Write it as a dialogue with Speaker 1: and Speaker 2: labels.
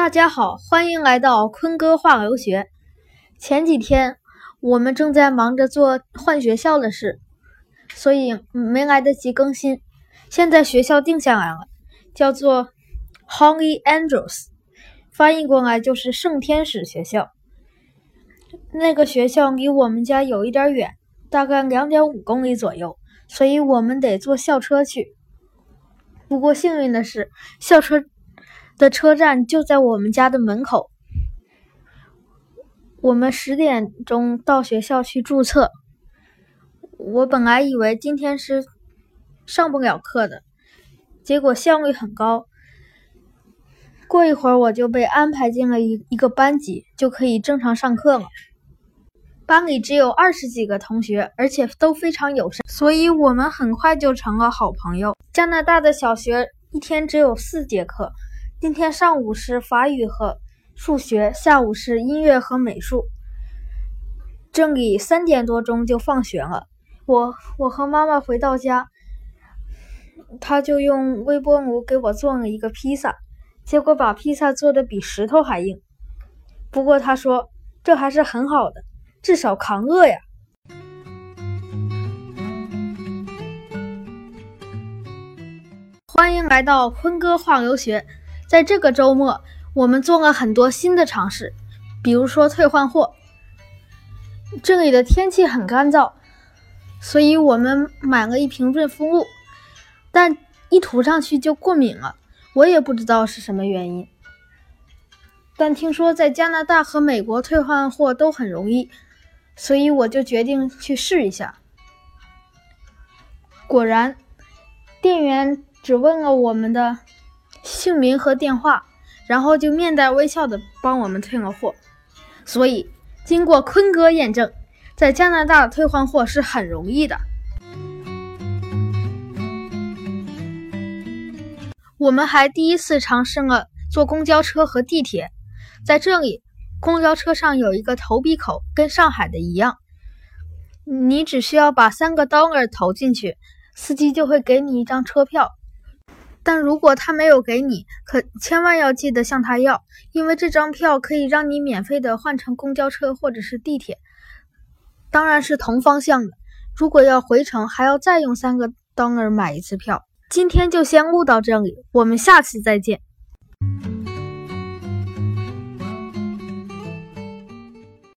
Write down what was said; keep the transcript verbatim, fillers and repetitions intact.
Speaker 1: 大家好，欢迎来到坤哥话留学。前几天我们正在忙着做换学校的事，所以没来得及更新。现在学校定下来了，叫做 Holy Angels， 翻译过来就是圣天使学校。那个学校离我们家有一点远，大概 两点五公里左右，所以我们得坐校车去。不过幸运的是，校车的车站就在我们家的门口。我们十点钟到学校去注册。我本来以为今天是上不了课的，结果效率很高。过一会儿我就被安排进了一一个班级，就可以正常上课了。班里只有二十几个同学，而且都非常友善，所以我们很快就成了好朋友。加拿大的小学一天只有四节课，今天上午是法语和数学，下午是音乐和美术。这里三点多钟就放学了，我我和妈妈回到家，她就用微波炉给我做了一个披萨，结果把披萨做得比石头还硬。不过她说这还是很好的，至少抗饿呀。欢迎来到坤哥话留学。在这个周末，我们做了很多新的尝试，比如说退换货。这里的天气很干燥，所以我们买了一瓶润肤露，但一涂上去就过敏了，我也不知道是什么原因。但听说在加拿大和美国退换货都很容易，所以我就决定去试一下。果然，店员只问了我们的姓名和电话，然后就面带微笑的帮我们退了货。所以经过坤哥验证，在加拿大退换货是很容易的。我们还第一次尝试了坐公交车和地铁。在这里，公交车上有一个投币口，跟上海的一样，你只需要把三个 dollar 投进去，司机就会给你一张车票。但如果他没有给你，可千万要记得向他要，因为这张票可以让你免费的换乘公交车或者是地铁，当然是同方向的。如果要回程，还要再用三个 dollar 买一次票。今天就先录到这里，我们下次再见。